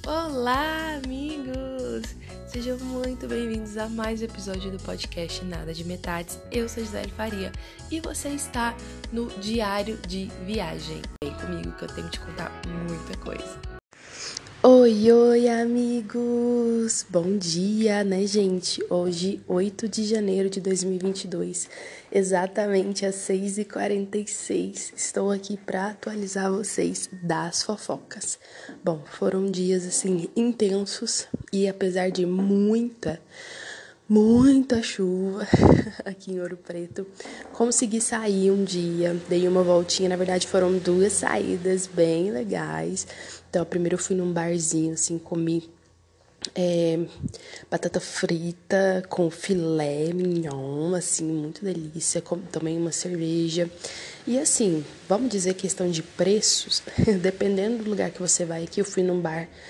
Olá, amigos! Sejam muito bem-vindos a mais um episódio do podcast Nada de Metades. Eu sou Gisele Faria e você está no Diário de Viagem. Vem comigo que eu tenho que te contar muita coisa. Oi, amigos! Bom dia, né, gente? Hoje, 8 de janeiro de 2022, exatamente às 6h46, estou aqui para atualizar vocês das fofocas. Bom, foram dias, assim, intensos e apesar de muita chuva aqui em Ouro Preto, consegui sair um dia, dei uma voltinha, na verdade foram 2 saídas bem legais. Então, primeiro eu fui num barzinho, assim, comi batata frita com filé mignon, assim, muito delícia, tomei uma cerveja. E assim, vamos dizer questão de preços, dependendo do lugar que você vai, aqui eu fui num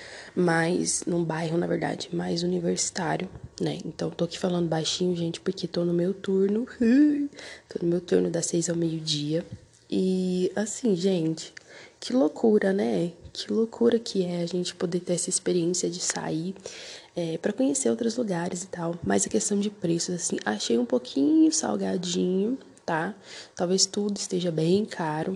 bairro, na verdade, mais universitário, né? Então, tô aqui falando baixinho, gente, porque tô no meu turno, das 6 ao meio-dia. E, assim, gente, que loucura, né? Que loucura que é a gente poder ter essa experiência de sair para conhecer outros lugares e tal. Mas a questão de preços, assim, achei um pouquinho salgadinho, tá? Talvez tudo esteja bem caro.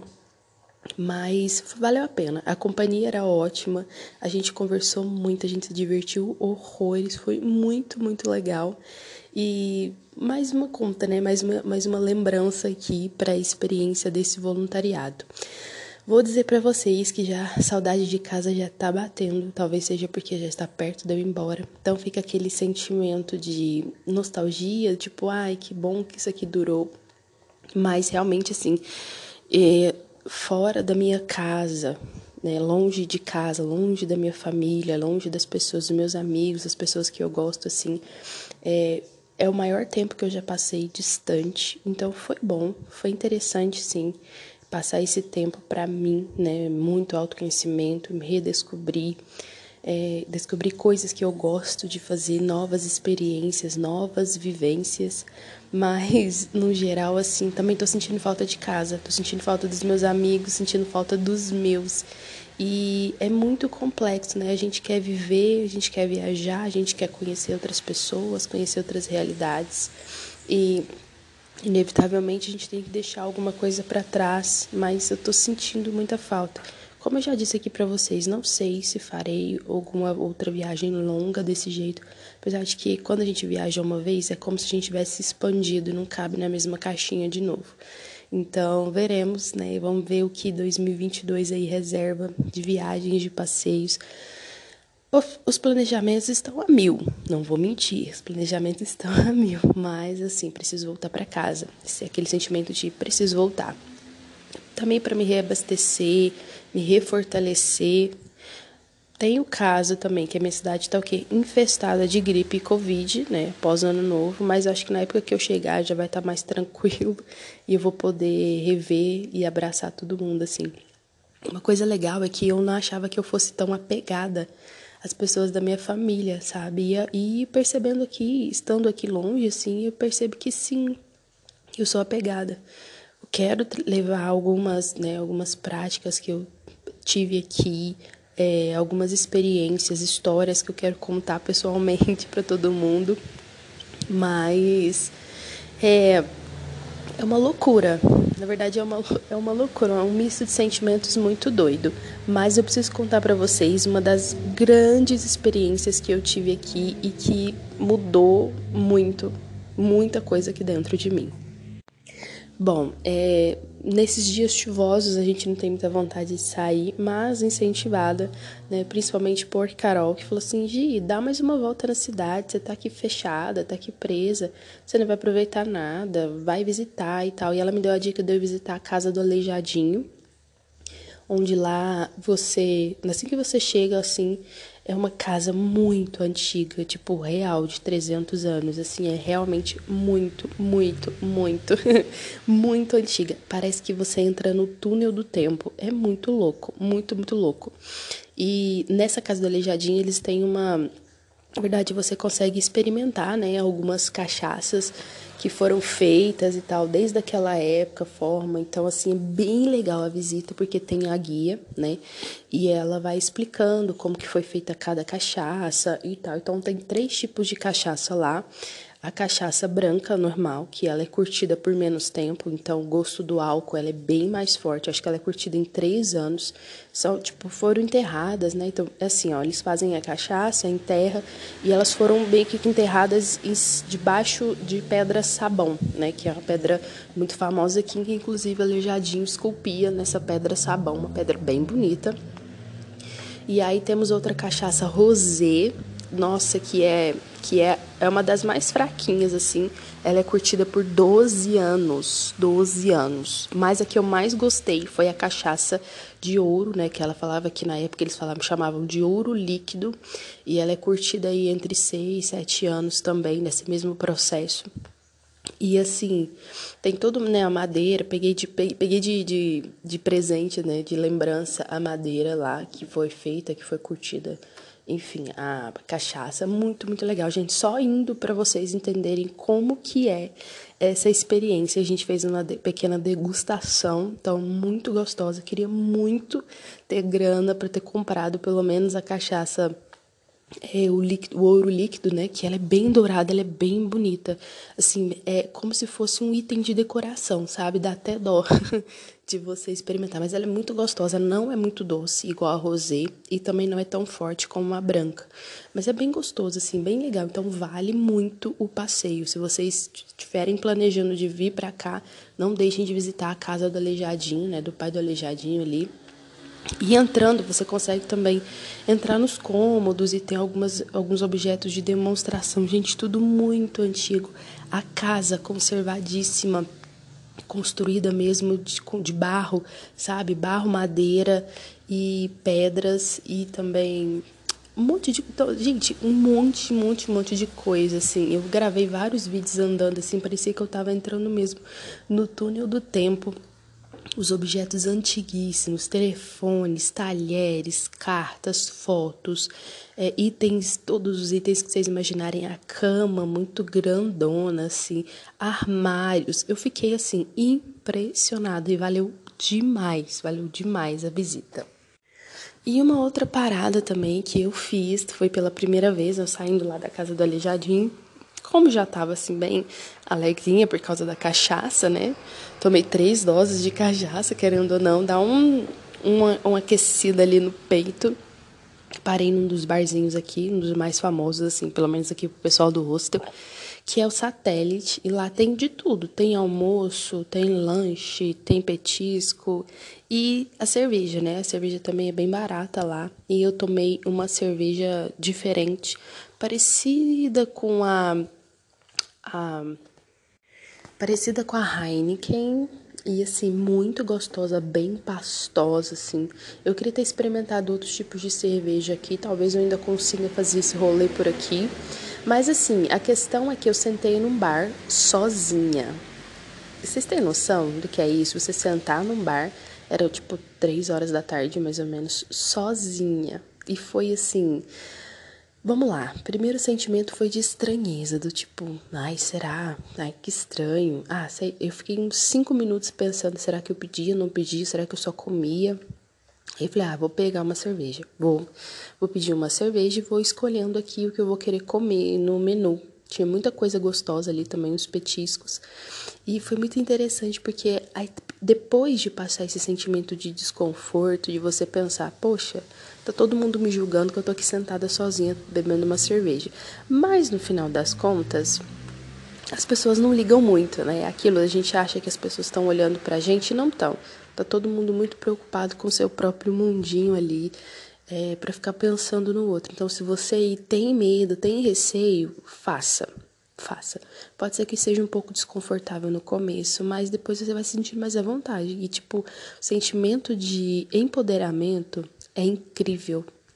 Mas valeu a pena, a companhia era ótima, a gente conversou muito, a gente se divertiu horrores, foi muito legal. E mais uma conta, né? Mais uma lembrança aqui para a experiência desse voluntariado. Vou dizer para vocês que já a saudade de casa já tá batendo, talvez seja porque já está perto de eu ir embora. Então fica aquele sentimento de nostalgia, tipo, ai, que bom que isso aqui durou. Mas realmente, assim, fora da minha casa, né, longe de casa, longe da minha família, longe das pessoas, dos meus amigos, das pessoas que eu gosto, assim, é o maior tempo que eu já passei distante. Então foi bom, foi interessante, sim, passar esse tempo para mim, né, muito autoconhecimento, me redescobrir, descobrir coisas que eu gosto de fazer, novas experiências, novas vivências, mas no geral, assim, também tô sentindo falta de casa, tô sentindo falta dos meus amigos, sentindo falta dos meus. E é muito complexo, né? A gente quer viver, a gente quer viajar, a gente quer conhecer outras pessoas, conhecer outras realidades. E inevitavelmente a gente tem que deixar alguma coisa para trás, mas eu tô sentindo muita falta. Como eu já disse aqui para vocês, não sei se farei alguma outra viagem longa desse jeito, apesar de que quando a gente viaja uma vez é como se a gente tivesse expandido e não cabe na mesma caixinha de novo. Então, veremos, né? Vamos ver o que 2022 aí reserva de viagens, de passeios. Os planejamentos estão a 1000, não vou mentir, os planejamentos estão a 1000, mas assim, preciso voltar para casa, esse é aquele sentimento de preciso voltar. Também para me reabastecer, me refortalecer. Tem o caso também que a minha cidade está o quê? Infestada de gripe e Covid, né, pós ano novo, mas acho que na época que eu chegar já vai estar mais tranquilo e eu vou poder rever e abraçar todo mundo, assim. Uma coisa legal é que eu não achava que eu fosse tão apegada às pessoas da minha família, sabe? E percebendo aqui, estando aqui longe, assim, eu percebo que sim, eu sou apegada. Eu quero levar algumas práticas que eu tive aqui, algumas experiências, histórias que eu quero contar pessoalmente para todo mundo, mas é uma loucura. Na verdade, é uma loucura, é um misto de sentimentos muito doido. Mas eu preciso contar para vocês uma das grandes experiências que eu tive aqui e que mudou muita coisa aqui dentro de mim. Bom, nesses dias chuvosos a gente não tem muita vontade de sair, mas incentivada, né, principalmente por Carol, que falou assim, Gi, dá mais uma volta na cidade, você tá aqui fechada, tá aqui presa, você não vai aproveitar nada, vai visitar e tal. E ela me deu a dica de eu visitar a Casa do Aleijadinho, onde lá assim que você chega, assim, é uma casa muito antiga, tipo, real, de 300 anos, assim, é realmente muito muito antiga. Parece que você entra no túnel do tempo, é muito louco, muito louco. E nessa Casa do Aleijadinho, eles têm Na verdade, você consegue experimentar, né, algumas cachaças que foram feitas e tal, desde aquela época, forma. Então, assim, é bem legal a visita, porque tem a guia, né, e ela vai explicando como que foi feita cada cachaça e tal. Então, tem 3 tipos de cachaça lá. A cachaça branca normal, que ela é curtida por menos tempo, então o gosto do álcool ela é bem mais forte. Acho que ela é curtida em 3 anos. São, tipo, foram enterradas, né? Então, é assim, ó, eles fazem a cachaça, enterra, e elas foram bem que enterradas debaixo de pedra sabão, né? Que é uma pedra muito famosa aqui, que inclusive Aleijadinho esculpia nessa pedra sabão, uma pedra bem bonita. E aí temos outra cachaça rosé, nossa, que é uma das mais fraquinhas, assim. Ela é curtida por 12 anos. 12 anos. Mas a que eu mais gostei foi a cachaça de ouro, né? Que ela falava que na época eles falavam, chamavam de ouro líquido. E ela é curtida aí entre 6 e 7 anos também, nesse mesmo processo. E assim, tem todo, né, a madeira, peguei de presente, né, de lembrança a madeira lá que foi feita, que foi curtida. Enfim, a cachaça, muito, muito legal. Gente, só indo para vocês entenderem como que é essa experiência. A gente fez uma pequena degustação, então muito gostosa. Queria muito ter grana para ter comprado pelo menos a cachaça o ouro líquido, né? Que ela é bem dourada, ela é bem bonita. Assim, é como se fosse um item de decoração, sabe? Dá até dó de você experimentar. Mas ela é muito gostosa, não é muito doce, igual a rosé, e também não é tão forte como a branca. Mas é bem gostoso, assim, bem legal. Então vale muito o passeio. Se vocês estiverem planejando de vir pra cá, não deixem de visitar a casa do Aleijadinho, né? Do pai do Aleijadinho ali. E entrando, você consegue também entrar nos cômodos e tem alguns objetos de demonstração. Gente, tudo muito antigo. A casa conservadíssima, construída mesmo de barro, sabe? Barro, madeira e pedras e também um monte de... Gente, um monte de coisa, assim. Eu gravei vários vídeos andando, assim, parecia que eu tava entrando mesmo no túnel do tempo. Os objetos antiguíssimos, telefones, talheres, cartas, fotos, itens, todos os itens que vocês imaginarem, a cama muito grandona, assim, armários. Eu fiquei, assim, impressionada e valeu demais a visita. E uma outra parada também que eu fiz, foi pela primeira vez, eu saindo lá da casa do Aleijadinho, como já estava assim bem alegrinha por causa da cachaça, né? Tomei 3 doses de cachaça, querendo ou não, dá uma aquecida ali no peito. Parei num dos barzinhos aqui, um dos mais famosos, assim, pelo menos aqui pro pessoal do hostel, que é o Satélite, e lá tem de tudo. Tem almoço, tem lanche, tem petisco e a cerveja, né? A cerveja também é bem barata lá. E eu tomei uma cerveja diferente, parecida com a parecida com a Heineken e assim muito gostosa, bem pastosa assim. Eu queria ter experimentado outros tipos de cerveja aqui, talvez eu ainda consiga fazer esse rolê por aqui. Mas assim, a questão é que eu sentei num bar sozinha. Vocês têm noção do que é isso? Você sentar num bar, era tipo 3 horas da tarde, mais ou menos, sozinha. E foi assim, vamos lá. Primeiro sentimento foi de estranheza, do tipo, ai, será? Ai, que estranho. Ah, sei, eu fiquei uns 5 minutos pensando, será que eu pedia, não pedia? Será que eu só comia? Aí eu falei, vou pegar uma cerveja. Vou pedir uma cerveja e vou escolhendo aqui o que eu vou querer comer no menu. Tinha muita coisa gostosa ali também, os petiscos. E foi muito interessante porque aí, depois de passar esse sentimento de desconforto, de você pensar, poxa, tá todo mundo me julgando que eu tô aqui sentada sozinha bebendo uma cerveja. Mas no final das contas, as pessoas não ligam muito, né? Aquilo, a gente acha que as pessoas estão olhando pra gente e não estão. Tá todo mundo muito preocupado com o seu próprio mundinho ali, para ficar pensando no outro. Então, se você tem medo, tem receio, faça. Faça. Pode ser que seja um pouco desconfortável no começo, mas depois você vai se sentir mais à vontade. E, tipo, o sentimento de empoderamento é incrível.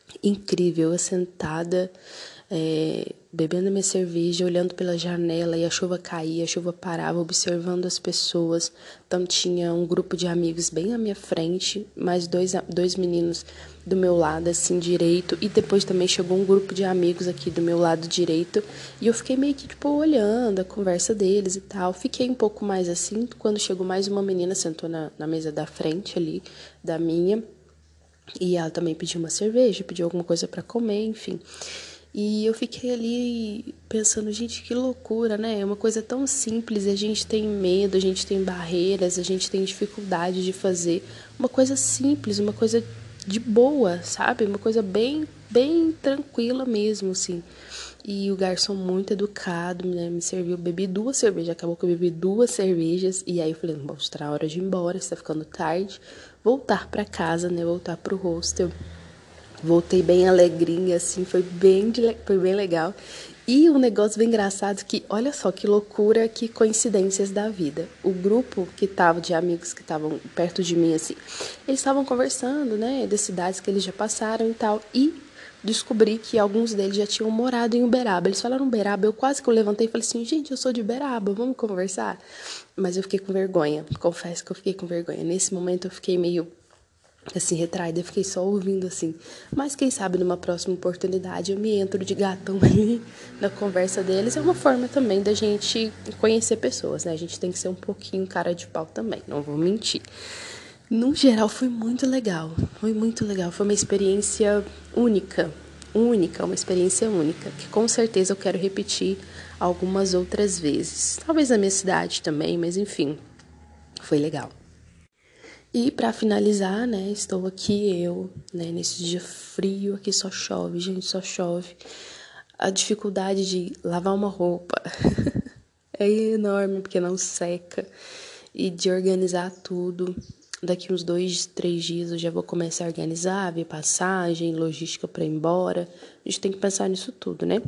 incrível, eu sentada, bebendo minha cerveja, olhando pela janela e a chuva caía, a chuva parava, observando as pessoas. Então tinha um grupo de amigos bem à minha frente, mais dois meninos do meu lado, assim, direito, e depois também chegou um grupo de amigos aqui do meu lado direito, e eu fiquei meio que, tipo, olhando a conversa deles e tal. Fiquei um pouco mais assim, quando chegou mais uma menina, sentou na mesa da frente ali, da minha, e ela também pediu uma cerveja, pediu alguma coisa para comer, enfim. E eu fiquei ali pensando, gente, que loucura, né? É uma coisa tão simples, e a gente tem medo, a gente tem barreiras, a gente tem dificuldade de fazer uma coisa simples, uma coisa de boa, sabe? Uma coisa bem tranquila mesmo, assim. E o garçom muito educado, né, me serviu, bebi 2 cervejas, acabou que eu bebi 2 cervejas, e aí eu falei, bom, está na hora de ir embora, está ficando tarde, voltar para casa, né, voltar pro hostel. Voltei bem alegrinha, assim, foi bem legal. E um negócio bem engraçado que, olha só que loucura, que coincidências da vida. O grupo que tava de amigos que estavam perto de mim, assim, eles estavam conversando, né, das cidades que eles já passaram e tal. E descobri que alguns deles já tinham morado em Uberaba. Eles falaram Uberaba, eu quase que eu levantei e falei assim, gente, eu sou de Uberaba, vamos conversar? Mas eu fiquei com vergonha, confesso que eu fiquei com vergonha. Nesse momento eu fiquei meio assim, retraída, eu fiquei só ouvindo assim. Mas quem sabe numa próxima oportunidade eu me entro de gatão ali na conversa deles. É uma forma também da gente conhecer pessoas, né? A gente tem que ser um pouquinho cara de pau também, não vou mentir. No geral, foi muito legal. Foi muito legal. Foi uma experiência única. Única, uma experiência única. Que com certeza eu quero repetir algumas outras vezes. Talvez na minha cidade também, mas enfim, foi legal. E para finalizar, né, estou aqui eu, né, nesse dia frio, aqui só chove, gente, só chove. A dificuldade de lavar uma roupa é enorme porque não seca e de organizar tudo. Daqui uns 2, 3 dias eu já vou começar a organizar, ver passagem, logística para ir embora. A gente tem que pensar nisso tudo, né?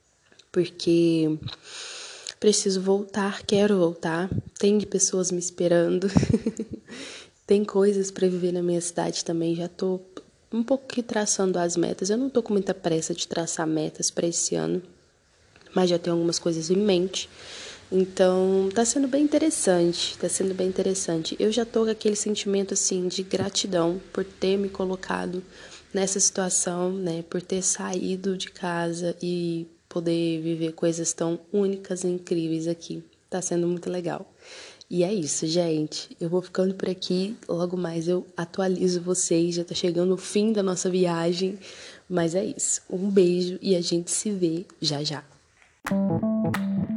Porque preciso voltar, quero voltar. Tem pessoas me esperando. Tem coisas para viver na minha cidade também. Já tô um pouco que traçando as metas. Eu não tô com muita pressa de traçar metas para esse ano, mas já tenho algumas coisas em mente. Então, tá sendo bem interessante, tá sendo bem interessante. Eu já tô com aquele sentimento, assim, de gratidão por ter me colocado nessa situação, né? Por ter saído de casa e poder viver coisas tão únicas e incríveis aqui. Tá sendo muito legal. E é isso, gente. Eu vou ficando por aqui. Logo mais eu atualizo vocês. Já tá chegando o fim da nossa viagem. Mas é isso. Um beijo e a gente se vê já já.